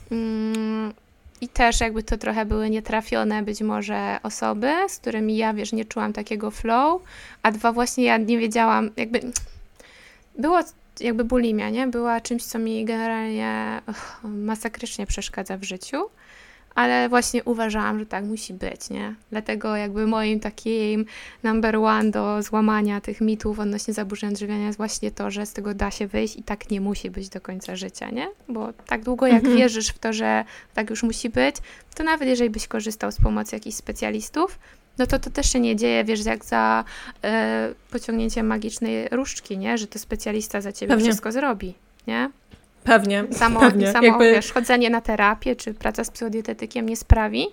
Speaker 2: i też jakby to trochę były nietrafione być może osoby, z którymi ja, wiesz, nie czułam takiego flow, a dwa właśnie ja nie wiedziałam, jakby było jakby bulimia, nie? Była czymś, co mi generalnie masakrycznie przeszkadza w życiu. Ale właśnie uważałam, że tak musi być, nie? Dlatego jakby moim takim number one do złamania tych mitów odnośnie zaburzeń odżywiania jest właśnie to, że z tego da się wyjść i tak nie musi być do końca życia, nie? Bo tak długo jak wierzysz w to, że tak już musi być, to nawet jeżeli byś korzystał z pomocy jakichś specjalistów, no to też się nie dzieje, wiesz, jak za pociągnięciem magicznej różdżki, nie? Że to specjalista za ciebie wszystko zrobi, nie?
Speaker 1: Pewnie.
Speaker 2: Samo wiesz, chodzenie na terapię czy praca z psychodietetykiem nie sprawi,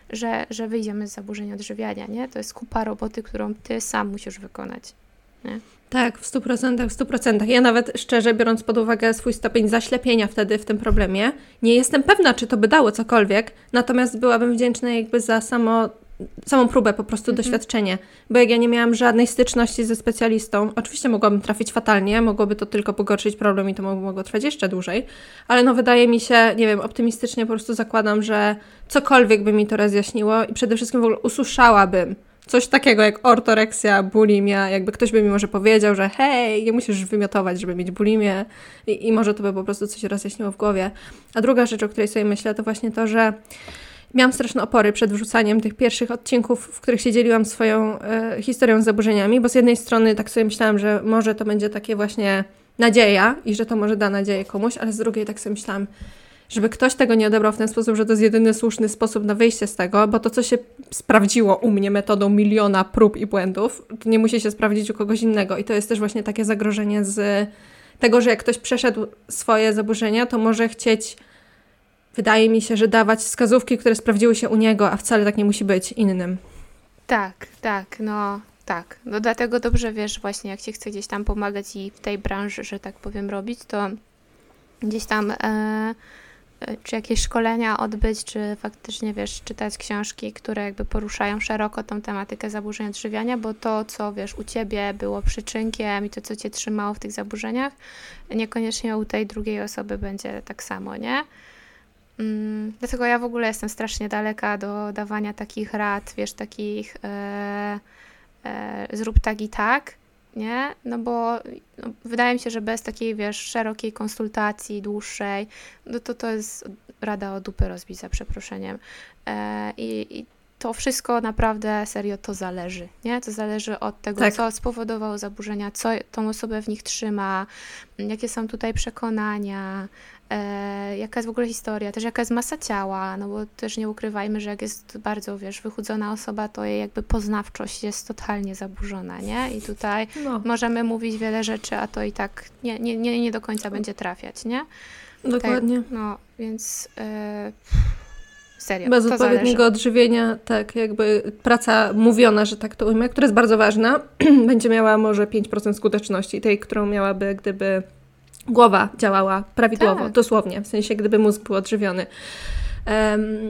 Speaker 2: że wyjdziemy z zaburzeń odżywiania, nie? To jest kupa roboty, którą ty sam musisz wykonać, nie?
Speaker 1: Tak, w 100%. Ja nawet szczerze, biorąc pod uwagę swój stopień zaślepienia wtedy w tym problemie, nie jestem pewna, czy to by dało cokolwiek, natomiast byłabym wdzięczna jakby za samą próbę, po prostu doświadczenie. Bo jak ja nie miałam żadnej styczności ze specjalistą, oczywiście mogłabym trafić fatalnie, mogłoby to tylko pogorszyć problem i to mogło trwać jeszcze dłużej, ale no wydaje mi się, nie wiem, optymistycznie po prostu zakładam, że cokolwiek by mi to rozjaśniło i przede wszystkim w ogóle usłyszałabym coś takiego jak ortoreksja, bulimia, jakby ktoś by mi może powiedział, że hej, nie musisz wymiotować, żeby mieć bulimię i może to by po prostu coś rozjaśniło w głowie. A druga rzecz, o której sobie myślę, to właśnie to, że miałam straszne opory przed wrzucaniem tych pierwszych odcinków, w których się dzieliłam swoją historią z zaburzeniami, bo z jednej strony tak sobie myślałam, że może to będzie takie właśnie nadzieja i że to może da nadzieję komuś, ale z drugiej tak sobie myślałam, żeby ktoś tego nie odebrał w ten sposób, że to jest jedyny słuszny sposób na wyjście z tego, bo to, co się sprawdziło u mnie metodą miliona prób i błędów, to nie musi się sprawdzić u kogoś innego i to jest też właśnie takie zagrożenie z tego, że jak ktoś przeszedł swoje zaburzenia, to może chcieć, wydaje mi się, że dawać wskazówki, które sprawdziły się u niego, a wcale tak nie musi być innym.
Speaker 2: Tak. No dlatego dobrze wiesz właśnie, jak się chce gdzieś tam pomagać i w tej branży, że tak powiem, robić, to gdzieś tam czy jakieś szkolenia odbyć, czy faktycznie, wiesz, czytać książki, które jakby poruszają szeroko tą tematykę zaburzeń odżywiania, bo to, co, wiesz, u ciebie było przyczynkiem i to, co cię trzymało w tych zaburzeniach, niekoniecznie u tej drugiej osoby będzie tak samo, nie? Dlatego ja w ogóle jestem strasznie daleka do dawania takich rad, wiesz, takich zrób tak i tak, nie? No bo wydaje mi się, że bez takiej, wiesz, szerokiej konsultacji, dłuższej, no to jest rada o dupę rozbić, za przeproszeniem. I to wszystko naprawdę, serio, to zależy, nie? To zależy od tego, tak, co spowodowało zaburzenia, co tą osobę w nich trzyma, jakie są tutaj przekonania, jaka jest w ogóle historia, też jaka jest masa ciała, no bo też nie ukrywajmy, że jak jest bardzo, wiesz, wychudzona osoba, to jej jakby poznawczość jest totalnie zaburzona, nie? I tutaj możemy mówić wiele rzeczy, a to i tak nie do końca będzie trafiać, nie?
Speaker 1: Dokładnie.
Speaker 2: Tak, no, więc serio,
Speaker 1: bez odpowiedniego odżywienia, tak, jakby praca mówiona, że tak to ujmę, która jest bardzo ważna, będzie miała może 5% skuteczności, tej, którą miałaby, gdyby głowa działała prawidłowo, dosłownie, w sensie gdyby mózg był odżywiony.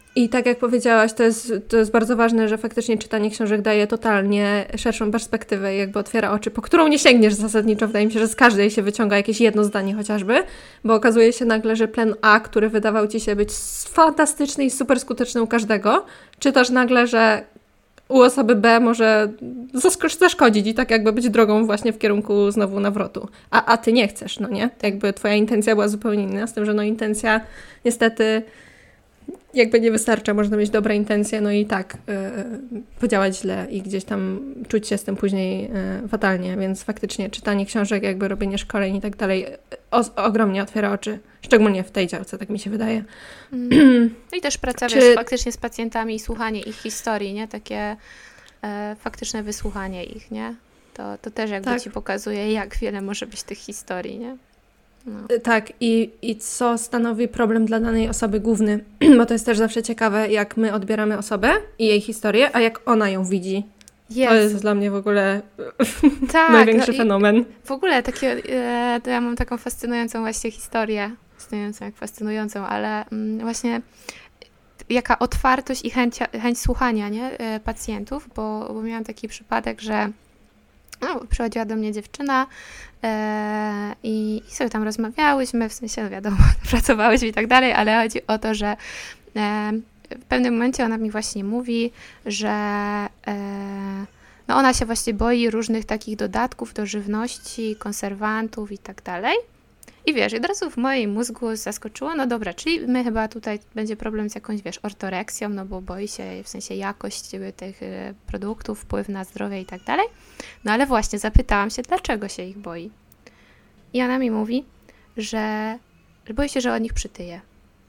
Speaker 1: I tak jak powiedziałaś, to jest bardzo ważne, że faktycznie czytanie książek daje totalnie szerszą perspektywę i jakby otwiera oczy, po którą nie sięgniesz zasadniczo. Wydaje mi się, że z każdej się wyciąga jakieś jedno zdanie chociażby, bo okazuje się nagle, że plan A, który wydawał ci się być fantastyczny i super skuteczny u każdego, czytasz nagle, że u osoby B może zaszkodzić i tak jakby być drogą właśnie w kierunku znowu nawrotu. A ty nie chcesz, no nie? Jakby twoja intencja była zupełnie inna, z tym, że no intencja niestety jakby nie wystarcza, można mieć dobre intencje, no i tak podziałać źle i gdzieś tam czuć się z tym później fatalnie, więc faktycznie czytanie książek, jakby robienie szkoleń i tak dalej ogromnie otwiera oczy, szczególnie w tej działce, tak mi się wydaje.
Speaker 2: No i też praca faktycznie z pacjentami i słuchanie ich historii, nie? Takie faktyczne wysłuchanie ich, nie? To też jakby ci pokazuje, jak wiele może być tych historii, nie? No.
Speaker 1: Tak, i co stanowi problem dla danej osoby główny, bo to jest też zawsze ciekawe, jak my odbieramy osobę i jej historię, a jak ona ją widzi. To jest dla mnie w ogóle największy fenomen.
Speaker 2: W ogóle to ja mam taką fascynującą właśnie historię, fascynującą, ale właśnie jaka otwartość i chęć słuchania, nie, pacjentów, bo miałam taki przypadek, że przychodziła do mnie dziewczyna i sobie tam rozmawiałyśmy, w sensie, no wiadomo, pracowałyśmy i tak dalej, ale chodzi o to, że w pewnym momencie ona mi właśnie mówi, że no ona się właśnie boi różnych takich dodatków do żywności, konserwantów i tak dalej. I wiesz, od razu w moim mózgu zaskoczyło, no dobra, czyli my chyba tutaj będzie problem z jakąś, wiesz, ortoreksją, no bo boi się, w sensie jakość tych produktów, wpływ na zdrowie i tak dalej. No ale właśnie zapytałam się, dlaczego się ich boi. I ona mi mówi, że boi się, że od nich przytyje.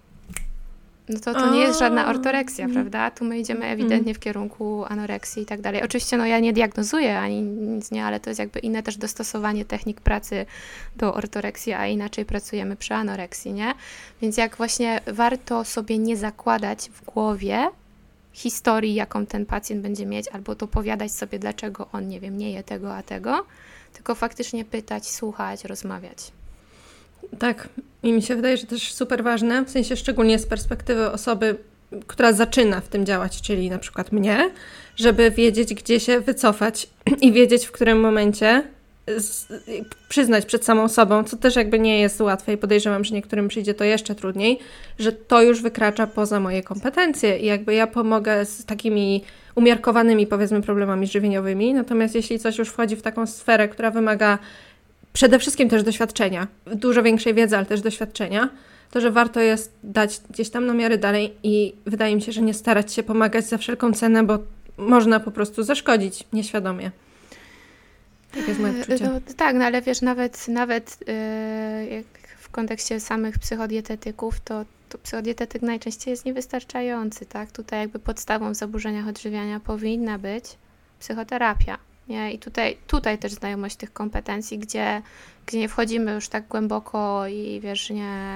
Speaker 2: No to nie jest żadna ortoreksja, prawda? Tu my idziemy ewidentnie w kierunku anoreksji i tak dalej. Oczywiście no ja nie diagnozuję ani nic nie, ale to jest jakby inne też dostosowanie technik pracy do ortoreksji, a inaczej pracujemy przy anoreksji, nie? Więc jak właśnie warto sobie nie zakładać w głowie historii, jaką ten pacjent będzie mieć, albo dopowiadać sobie, dlaczego on, nie wiem, nie je tego, a tego, tylko faktycznie pytać, słuchać, rozmawiać.
Speaker 1: Tak, i mi się wydaje, że też super ważne, w sensie szczególnie z perspektywy osoby, która zaczyna w tym działać, czyli na przykład mnie, żeby wiedzieć, gdzie się wycofać i wiedzieć, w którym momencie przyznać przed samą sobą, co też jakby nie jest łatwe i podejrzewam, że niektórym przyjdzie to jeszcze trudniej, że to już wykracza poza moje kompetencje i jakby ja pomogę z takimi umiarkowanymi, powiedzmy, problemami żywieniowymi, natomiast jeśli coś już wchodzi w taką sferę, która wymaga przede wszystkim też doświadczenia, dużo większej wiedzy, ale też doświadczenia, to, że warto jest dać gdzieś tam namiary dalej i wydaje mi się, że nie starać się pomagać za wszelką cenę, bo można po prostu zaszkodzić nieświadomie. Tak jest moje odczucie.
Speaker 2: No, tak, no ale wiesz, nawet jak w kontekście samych psychodietetyków, to psychodietetyk najczęściej jest niewystarczający, tak? Tutaj jakby podstawą w zaburzeniach odżywiania powinna być psychoterapia. Nie? I tutaj też znajomość tych kompetencji, gdzie nie wchodzimy już tak głęboko i wiesz,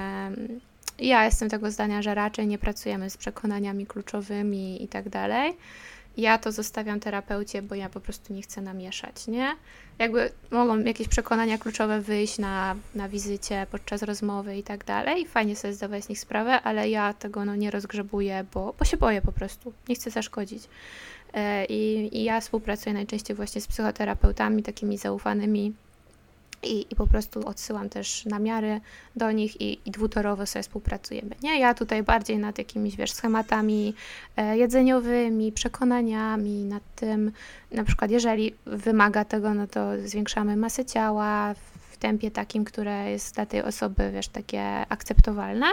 Speaker 2: ja jestem tego zdania, że raczej nie pracujemy z przekonaniami kluczowymi i tak dalej. Ja to zostawiam terapeucie, bo ja po prostu nie chcę namieszać, nie? Jakby mogą jakieś przekonania kluczowe wyjść na wizycie, podczas rozmowy i tak dalej. Fajnie sobie zdawać z nich sprawę, ale ja tego nie rozgrzebuję, bo się boję po prostu. Nie chcę zaszkodzić. I ja współpracuję najczęściej właśnie z psychoterapeutami takimi zaufanymi i po prostu odsyłam też namiary do nich i dwutorowo sobie współpracujemy. Nie? Ja tutaj bardziej nad jakimiś, wiesz, schematami jedzeniowymi, przekonaniami, nad tym, na przykład jeżeli wymaga tego, no to zwiększamy masę ciała w tempie takim, które jest dla tej osoby, wiesz, takie akceptowalne,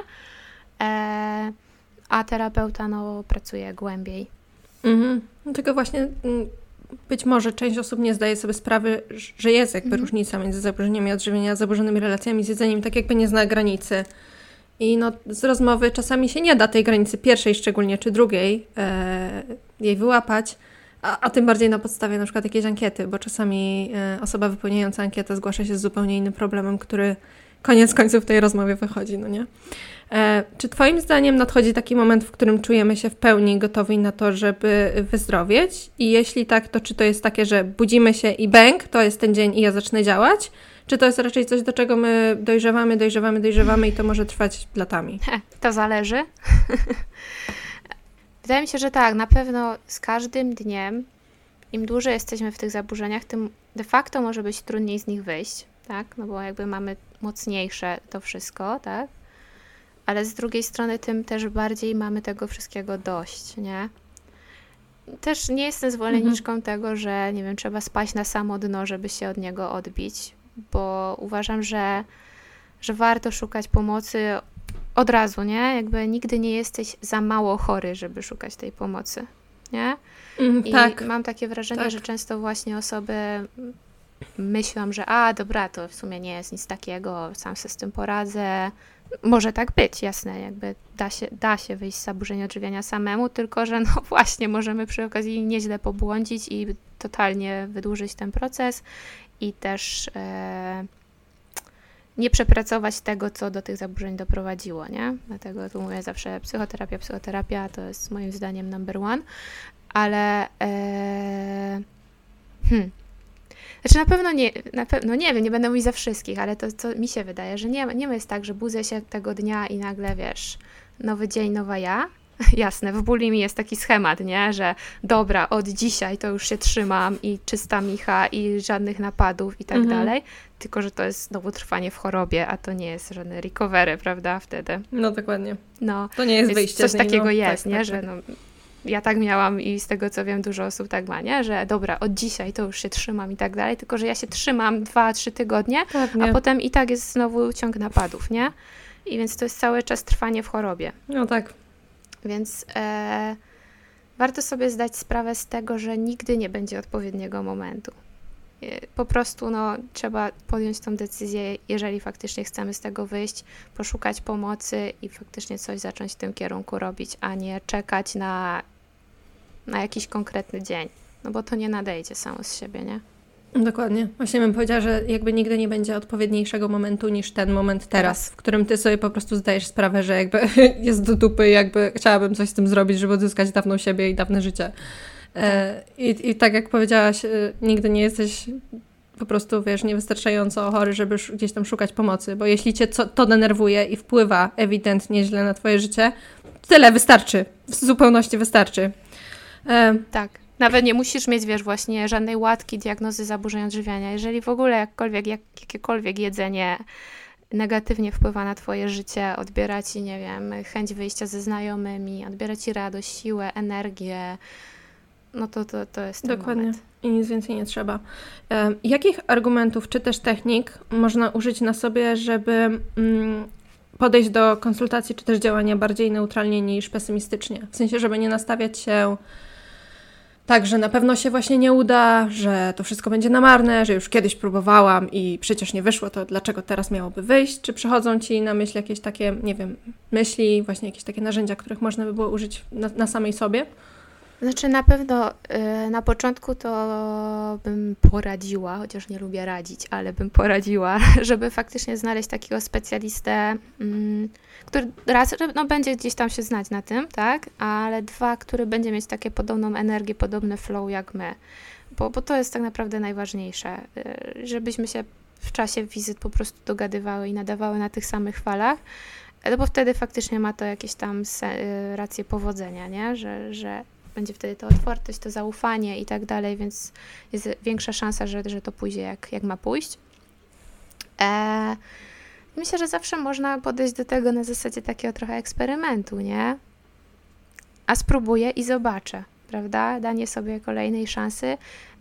Speaker 2: a terapeuta pracuje głębiej.
Speaker 1: Tylko właśnie być może część osób nie zdaje sobie sprawy, że jest jakby różnica między zaburzeniami odżywienia a zaburzonymi relacjami z jedzeniem, tak jakby nie zna granicy. I z rozmowy czasami się nie da tej granicy pierwszej szczególnie, czy drugiej jej wyłapać, a tym bardziej na podstawie na przykład jakiejś ankiety, bo czasami osoba wypełniająca ankietę zgłasza się z zupełnie innym problemem, który koniec końców w tej rozmowie wychodzi, no nie? Czy twoim zdaniem nadchodzi taki moment, w którym czujemy się w pełni gotowi na to, żeby wyzdrowieć? I jeśli tak, to czy to jest takie, że budzimy się i bęk, to jest ten dzień i ja zacznę działać? Czy to jest raczej coś, do czego my dojrzewamy i to może trwać latami?
Speaker 2: To zależy. Wydaje mi się, że tak, na pewno z każdym dniem, im dłużej jesteśmy w tych zaburzeniach, tym de facto może być trudniej z nich wyjść, tak? No bo jakby mamy mocniejsze to wszystko, tak? Ale z drugiej strony tym też bardziej mamy tego wszystkiego dość, nie? Też nie jestem zwolenniczką tego, że nie wiem, trzeba spaść na samo dno, żeby się od niego odbić, bo uważam, że warto szukać pomocy od razu, nie? Jakby nigdy nie jesteś za mało chory, żeby szukać tej pomocy, nie? I mam takie wrażenie, że często właśnie osoby myślą, że dobra, to w sumie nie jest nic takiego, sam sobie z tym poradzę. Może tak być, jasne, jakby da się wyjść z zaburzeń odżywiania samemu, tylko że no właśnie możemy przy okazji nieźle pobłądzić i totalnie wydłużyć ten proces i też nie przepracować tego, co do tych zaburzeń doprowadziło, nie? Dlatego tu mówię zawsze psychoterapia to jest moim zdaniem number one, ale znaczy na pewno nie wiem, nie będę mówić za wszystkich, ale to mi się wydaje, że nie jest tak, że budzę się tego dnia i nagle, wiesz, nowy dzień, nowa ja. Jasne, w bulimii jest taki schemat, nie? Że dobra, od dzisiaj to już się trzymam i czysta micha i żadnych napadów i tak dalej, tylko że to jest znowu trwanie w chorobie, a to nie jest żadne recovery, prawda, wtedy.
Speaker 1: No dokładnie.
Speaker 2: No,
Speaker 1: to nie jest wyjście.
Speaker 2: Coś takiego jest, nie? Że no, ja tak miałam i z tego co wiem dużo osób tak ma, nie? Że dobra, od dzisiaj to już się trzymam i tak dalej, tylko że ja się trzymam 2-3 tygodnie, a potem i tak jest znowu ciąg napadów, nie? I więc to jest cały czas trwanie w chorobie.
Speaker 1: No tak.
Speaker 2: Więc warto sobie zdać sprawę z tego, że nigdy nie będzie odpowiedniego momentu. Po prostu trzeba podjąć tą decyzję, jeżeli faktycznie chcemy z tego wyjść, poszukać pomocy i faktycznie coś zacząć w tym kierunku robić, a nie czekać na jakiś konkretny dzień. No bo to nie nadejdzie samo z siebie, nie?
Speaker 1: Dokładnie. Właśnie bym powiedziała, że jakby nigdy nie będzie odpowiedniejszego momentu niż ten moment teraz, w którym ty sobie po prostu zdajesz sprawę, że jakby jest do dupy, jakby chciałabym coś z tym zrobić, żeby odzyskać dawną siebie i dawne życie. I tak jak powiedziałaś, nigdy nie jesteś po prostu, wiesz, niewystarczająco chory, żeby gdzieś tam szukać pomocy, bo jeśli cię to denerwuje i wpływa ewidentnie źle na twoje życie, tyle wystarczy. W zupełności wystarczy.
Speaker 2: Tak. Nawet nie musisz mieć, wiesz, właśnie żadnej łatki diagnozy zaburzeń odżywiania. Jeżeli w ogóle jakiekolwiek jedzenie negatywnie wpływa na twoje życie, odbiera ci, nie wiem, chęć wyjścia ze znajomymi, odbiera ci radość, siłę, energię, no to jest ten
Speaker 1: Dokładnie.
Speaker 2: moment.
Speaker 1: I nic więcej nie trzeba. Jakich argumentów czy też technik można użyć na sobie, żeby podejść do konsultacji czy też działania bardziej neutralnie niż pesymistycznie? W sensie, żeby nie nastawiać się tak, że na pewno się właśnie nie uda, że to wszystko będzie na marne, że już kiedyś próbowałam i przecież nie wyszło, to dlaczego teraz miałoby wyjść? Czy przychodzą ci na myśl jakieś takie, nie wiem, myśli, właśnie jakieś takie narzędzia, których można by było użyć na samej sobie?
Speaker 2: Znaczy na pewno na początku to bym poradziła, chociaż nie lubię radzić, ale bym poradziła, żeby faktycznie znaleźć takiego specjalistę, który raz, będzie gdzieś tam się znać na tym, tak, ale dwa, który będzie mieć takie podobną energię, podobny flow jak my, bo to jest tak naprawdę najważniejsze, żebyśmy się w czasie wizyt po prostu dogadywały i nadawały na tych samych falach, no bo wtedy faktycznie ma to jakieś tam racje powodzenia, nie, że będzie wtedy to otwartość, to zaufanie i tak dalej, więc jest większa szansa, że to pójdzie jak ma pójść. Myślę, że zawsze można podejść do tego na zasadzie takiego trochę eksperymentu, nie? A spróbuję i zobaczę, prawda? Danie sobie kolejnej szansy,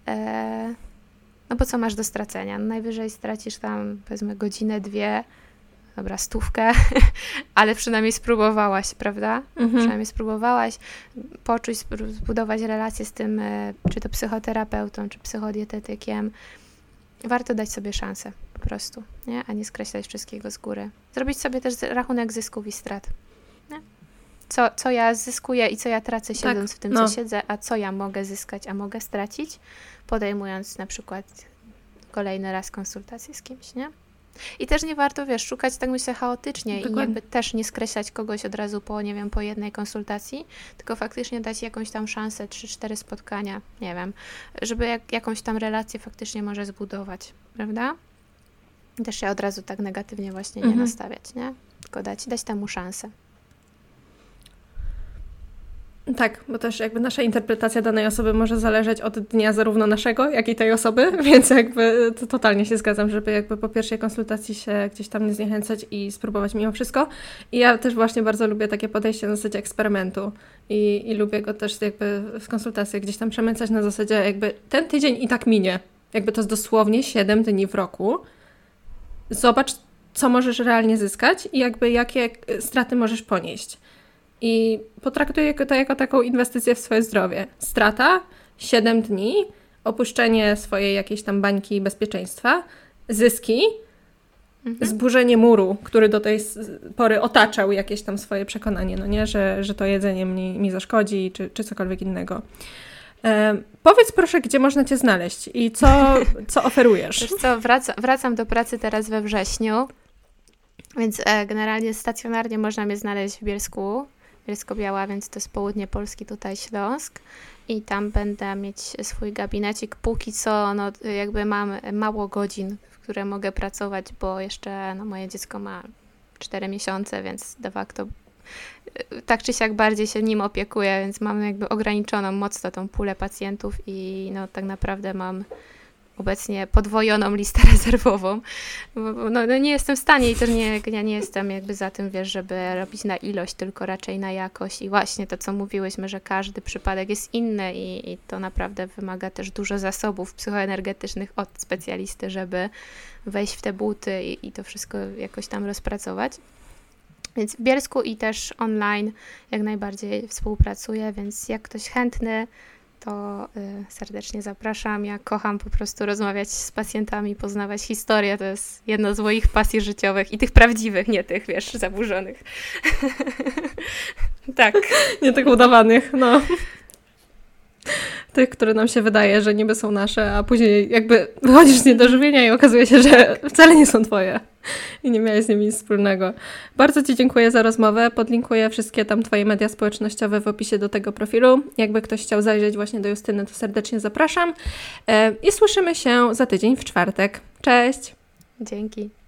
Speaker 2: no bo co masz do stracenia? No najwyżej stracisz tam, powiedzmy, godzinę, 2, dobra, 100, ale przynajmniej spróbowałaś, prawda? Przynajmniej spróbowałaś poczuć, zbudować relację z tym, czy to psychoterapeutą, czy psychodietetykiem. Warto dać sobie szansę po prostu, nie? A nie skreślać wszystkiego z góry. Zrobić sobie też rachunek zysków i strat. Nie? Co ja zyskuję i co ja tracę siedząc w tym, co siedzę, a co ja mogę zyskać, a mogę stracić, podejmując na przykład kolejny raz konsultację z kimś, nie? I też nie warto, wiesz, szukać, tak myślę, chaotycznie. Dokładnie. I jakby też nie skreślać kogoś od razu po jednej konsultacji, tylko faktycznie dać jakąś tam szansę, 3-4 spotkania, nie wiem, żeby jakąś tam relację faktycznie może zbudować, prawda? Też się od razu tak negatywnie właśnie nie nastawiać, nie? Tylko dać temu szansę.
Speaker 1: Tak, bo też jakby nasza interpretacja danej osoby może zależeć od dnia zarówno naszego, jak i tej osoby, więc jakby to totalnie się zgadzam, żeby jakby po pierwszej konsultacji się gdzieś tam nie zniechęcać i spróbować mimo wszystko. I ja też właśnie bardzo lubię takie podejście na zasadzie eksperymentu i lubię go też jakby w konsultacjach gdzieś tam przemycać na zasadzie jakby ten tydzień i tak minie. Jakby to jest dosłownie 7 dni w roku. Zobacz, co możesz realnie zyskać i jakby jakie straty możesz ponieść. I potraktuję to jako taką inwestycję w swoje zdrowie. Strata, 7 dni, opuszczenie swojej jakiejś tam bańki bezpieczeństwa, zyski, zburzenie muru, który do tej pory otaczał jakieś tam swoje przekonanie, no nie, że to jedzenie mi zaszkodzi, czy cokolwiek innego. Powiedz proszę, gdzie można Cię znaleźć i co oferujesz?
Speaker 2: Wiesz co, wracam do pracy teraz we wrześniu, więc generalnie stacjonarnie można mnie znaleźć w Bielsku. Bielsko-Biała, więc to jest południe Polski, tutaj Śląsk i tam będę mieć swój gabinecik. Póki co no, jakby mam mało godzin, w które mogę pracować, bo jeszcze moje dziecko ma 4 miesiące, więc de facto tak czy siak bardziej się nim opiekuję, więc mam jakby ograniczoną mocno tą pulę pacjentów i no tak naprawdę mam obecnie podwojoną listę rezerwową, bo nie jestem w stanie i też ja nie jestem jakby za tym, wiesz, żeby robić na ilość, tylko raczej na jakość i właśnie to, co mówiłyśmy, że każdy przypadek jest inny i to naprawdę wymaga też dużo zasobów psychoenergetycznych od specjalisty, żeby wejść w te buty i to wszystko jakoś tam rozpracować. Więc w Bielsku i też online jak najbardziej współpracuję, więc jak ktoś chętny, to serdecznie zapraszam. Ja kocham po prostu rozmawiać z pacjentami, poznawać historię. To jest jedna z moich pasji życiowych i tych prawdziwych, nie tych, wiesz, zaburzonych. Tak.
Speaker 1: Nie tych udawanych, no. Tych, które nam się wydaje, że niby są nasze, a później jakby wychodzisz z niedożywienia i okazuje się, że wcale nie są twoje i nie miałeś z nimi nic wspólnego. Bardzo Ci dziękuję za rozmowę. Podlinkuję wszystkie tam Twoje media społecznościowe w opisie do tego profilu. Jakby ktoś chciał zajrzeć właśnie do Justyny, to serdecznie zapraszam. I słyszymy się za tydzień w czwartek. Cześć!
Speaker 2: Dzięki.